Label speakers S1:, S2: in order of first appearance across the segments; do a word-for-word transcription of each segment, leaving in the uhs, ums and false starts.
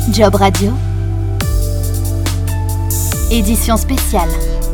S1: Job Radio, édition spéciale.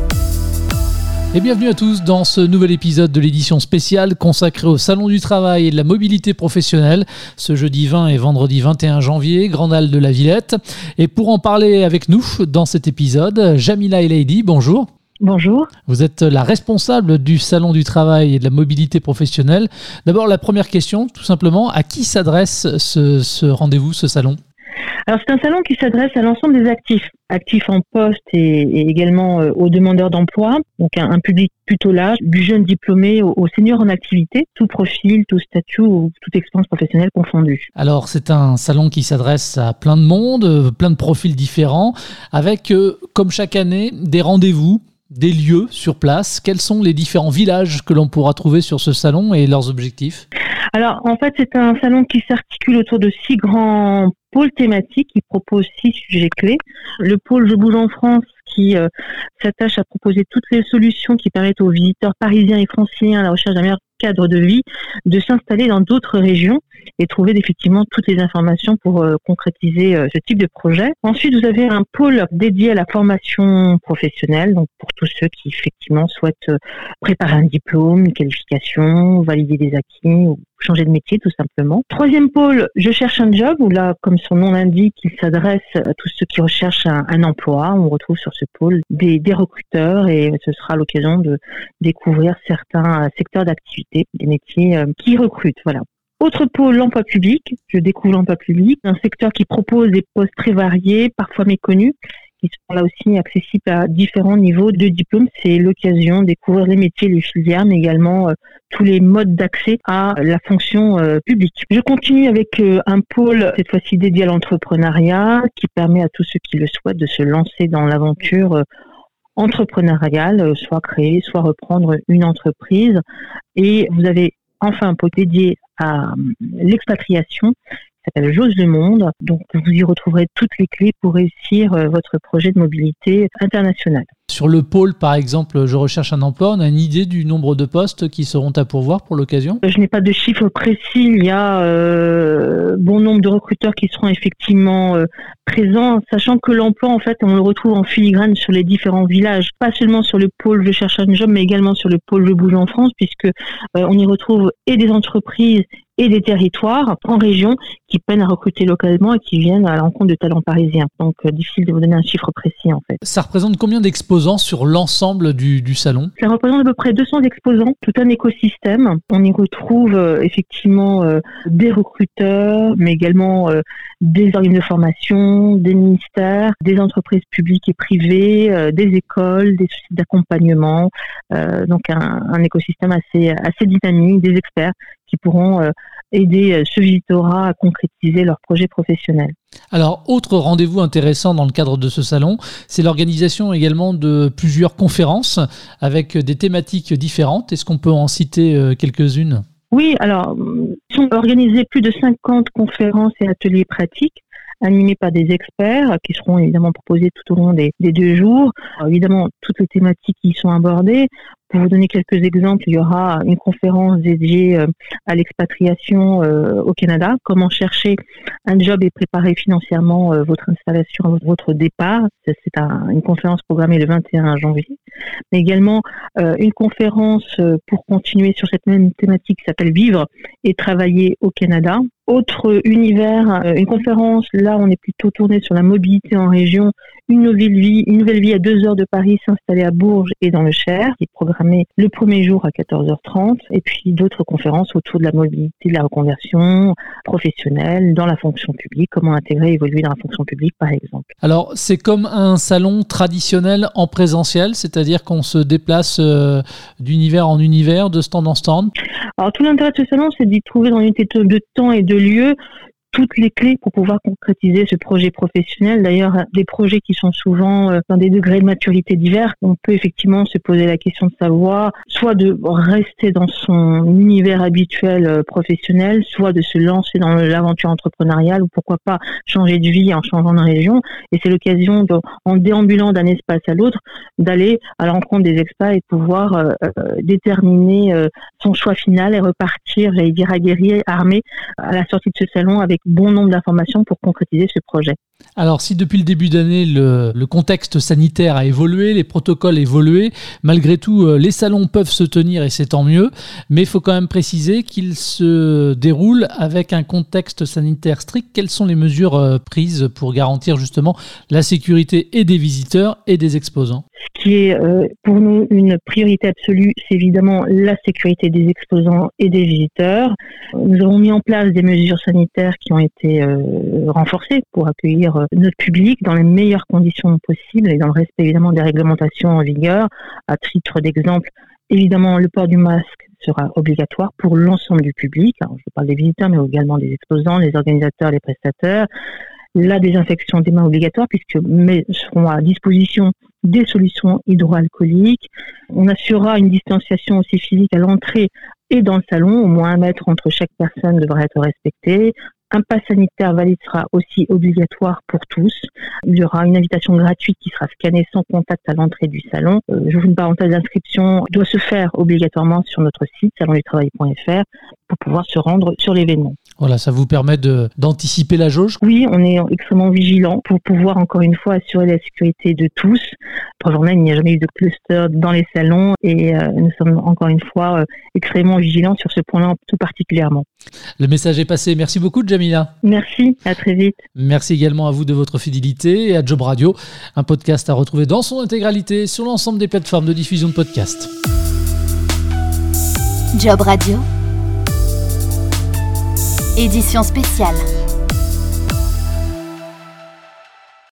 S2: Et bienvenue à tous dans ce nouvel épisode de l'édition spéciale consacrée au Salon du Travail et de la Mobilité Professionnelle, ce jeudi vingt et vendredi vingt et un janvier, Grande Halle de la Villette. Et pour en parler avec nous dans cet épisode, Jamila Elaidi, bonjour.
S3: Bonjour.
S2: Vous êtes la responsable du Salon du Travail et de la Mobilité Professionnelle. D'abord, la première question, tout simplement, à qui s'adresse ce, ce rendez-vous, ce salon ?
S3: Alors, c'est un salon qui s'adresse à l'ensemble des actifs, actifs en poste et, et également euh, aux demandeurs d'emploi, donc un, un public plutôt large, du jeune diplômé au, au senior en activité, tout profil, tout statut ou toute expérience professionnelle confondue.
S2: Alors, c'est un salon qui s'adresse à plein de monde, plein de profils différents, avec, euh, comme chaque année, des rendez-vous, des lieux sur place. Quels sont les différents villages que l'on pourra trouver sur ce salon et leurs objectifs ?
S3: Alors, en fait, c'est un salon qui s'articule autour de six grands pôles thématiques qui proposent six sujets clés. Le pôle Je bouge en France qui euh, s'attache à proposer toutes les solutions qui permettent aux visiteurs parisiens et franciliens à la recherche d'un meilleur cadre de vie de s'installer dans d'autres régions et trouver effectivement toutes les informations pour euh, concrétiser euh, ce type de projet. Ensuite, vous avez un pôle dédié à la formation professionnelle, donc pour tous ceux qui effectivement souhaitent euh, préparer un diplôme, une qualification, valider des acquis ou changer de métier tout simplement. Troisième pôle, Je cherche un job, où là, comme son nom l'indique, il s'adresse à tous ceux qui recherchent un, un emploi. On retrouve sur ce pôle des, des recruteurs et ce sera l'occasion de découvrir certains secteurs d'activité, des métiers euh, qui recrutent. Voilà. Autre pôle, l'emploi public. Je découvre l'emploi public, un secteur qui propose des postes très variés, parfois méconnus, qui sont là aussi accessibles à différents niveaux de diplôme. C'est l'occasion de découvrir les métiers, les filières, mais également euh, tous les modes d'accès à la fonction euh, publique. Je continue avec euh, un pôle, cette fois-ci dédié à l'entrepreneuriat, qui permet à tous ceux qui le souhaitent de se lancer dans l'aventure euh, entrepreneuriale, euh, soit créer, soit reprendre une entreprise. Et vous avez enfin un pôle dédié à euh, l'expatriation, qui s'appelle J'ose le monde. Donc, vous y retrouverez toutes les clés pour réussir euh, votre projet de mobilité internationale.
S2: Sur le pôle, par exemple, Je recherche un emploi, on a une idée du nombre de postes qui seront à pourvoir pour l'occasion ?
S3: Je n'ai pas de chiffres précis. Il y a euh, bon nombre de recruteurs qui seront effectivement euh, présents, sachant que l'emploi, en fait, on le retrouve en filigrane sur les différents villages, pas seulement sur le pôle Je cherche un job, mais également sur le pôle Je bouge en France, puisque euh, on y retrouve et des entreprises et des territoires en région qui peinent à recruter localement et qui viennent à la rencontre de talents parisiens. Donc, euh, difficile de vous donner un chiffre précis, en fait.
S2: Ça représente combien d'exposants sur l'ensemble du, du salon ?
S3: Ça représente à peu près deux cents exposants, tout un écosystème. On y retrouve euh, effectivement euh, des recruteurs, mais également euh, des organismes de formation, des ministères, des entreprises publiques et privées, euh, des écoles, des sociétés d'accompagnement. Euh, donc, un, un écosystème assez, assez dynamique, des experts qui pourront euh, aider ce visitorat à concrétiser leurs projets professionnels.
S2: Alors, autre rendez-vous intéressant dans le cadre de ce salon, c'est l'organisation également de plusieurs conférences avec des thématiques différentes. Est-ce qu'on peut en citer quelques-unes ?
S3: Oui, alors, ils sont organisés plus de cinquante conférences et ateliers pratiques animés par des experts qui seront évidemment proposés tout au long des, des deux jours. Alors, évidemment, toutes les thématiques qui y sont abordées. Pour vous donner quelques exemples, il y aura une conférence dédiée à l'expatriation au Canada, comment chercher un job et préparer financièrement votre installation, votre départ. C'est un, une conférence programmée le vingt et un janvier. Mais également une conférence pour continuer sur cette même thématique qui s'appelle Vivre et travailler au Canada. Autre univers, une conférence, là on est plutôt tourné sur la mobilité en région, une nouvelle vie, une nouvelle vie à deux heures de Paris, s'installer à Bourges et dans le Cher, qui est programmée le premier jour à quatorze heures trente, et puis d'autres conférences autour de la mobilité, de la reconversion professionnelle dans la fonction publique, comment intégrer et évoluer dans la fonction publique par exemple.
S2: Alors c'est comme un salon traditionnel en présentiel, c'est-à-dire qu'on se déplace euh, d'univers en univers, de stand en stand.
S3: Alors tout l'intérêt de ce salon, c'est d'y trouver dans une unité de temps et de lieu toutes les clés pour pouvoir concrétiser ce projet professionnel. D'ailleurs, des projets qui sont souvent euh, dans des degrés de maturité divers, on peut effectivement se poser la question de savoir, soit de rester dans son univers habituel euh, professionnel, soit de se lancer dans l'aventure entrepreneuriale ou pourquoi pas changer de vie en changeant de région. Et c'est l'occasion, de, en déambulant d'un espace à l'autre, d'aller à la rencontre des experts et pouvoir euh, euh, déterminer euh, son choix final et repartir, j'allais dire, aguerri, armé à la sortie de ce salon avec bon nombre d'informations pour concrétiser ce projet.
S2: Alors, si depuis le début d'année, le, le contexte sanitaire a évolué, les protocoles évolué, malgré tout, les salons peuvent se tenir et c'est tant mieux, mais il faut quand même préciser qu'ils se déroulent avec un contexte sanitaire strict. Quelles sont les mesures prises pour garantir justement la sécurité et des visiteurs et des exposants ?
S3: Ce qui est euh, pour nous une priorité absolue, c'est évidemment la sécurité des exposants et des visiteurs. Nous avons mis en place des mesures sanitaires qui ont été euh, renforcées pour accueillir euh, notre public dans les meilleures conditions possibles et dans le respect évidemment des réglementations en vigueur. À titre d'exemple, évidemment, le port du masque sera obligatoire pour l'ensemble du public. Alors, je parle des visiteurs, mais également des exposants, les organisateurs, les prestataires. La désinfection des mains obligatoire puisque mais seront à disposition des solutions hydroalcooliques. On assurera une distanciation aussi physique à l'entrée et dans le salon, au moins un mètre entre chaque personne devra être respecté. Un pass sanitaire valide sera aussi obligatoire pour tous. Il y aura une invitation gratuite qui sera scannée sans contact à l'entrée du salon. Euh, j'ouvre une parenthèse, d'inscription doit se faire obligatoirement sur notre site salon du travail point f r pour pouvoir se rendre sur l'événement.
S2: Voilà, ça vous permet de, d'anticiper la jauge ?
S3: Oui, on est extrêmement vigilant pour pouvoir encore une fois assurer la sécurité de tous. Pour journée, il n'y a jamais eu de cluster dans les salons et euh, nous sommes encore une fois euh, extrêmement vigilants sur ce point-là tout particulièrement.
S2: Le message est passé. Merci beaucoup, Jamila.
S3: Merci, à très vite.
S2: Merci également à vous de votre fidélité et à Job Radio, un podcast à retrouver dans son intégralité sur l'ensemble des plateformes de diffusion de podcasts.
S1: Job Radio, édition spéciale.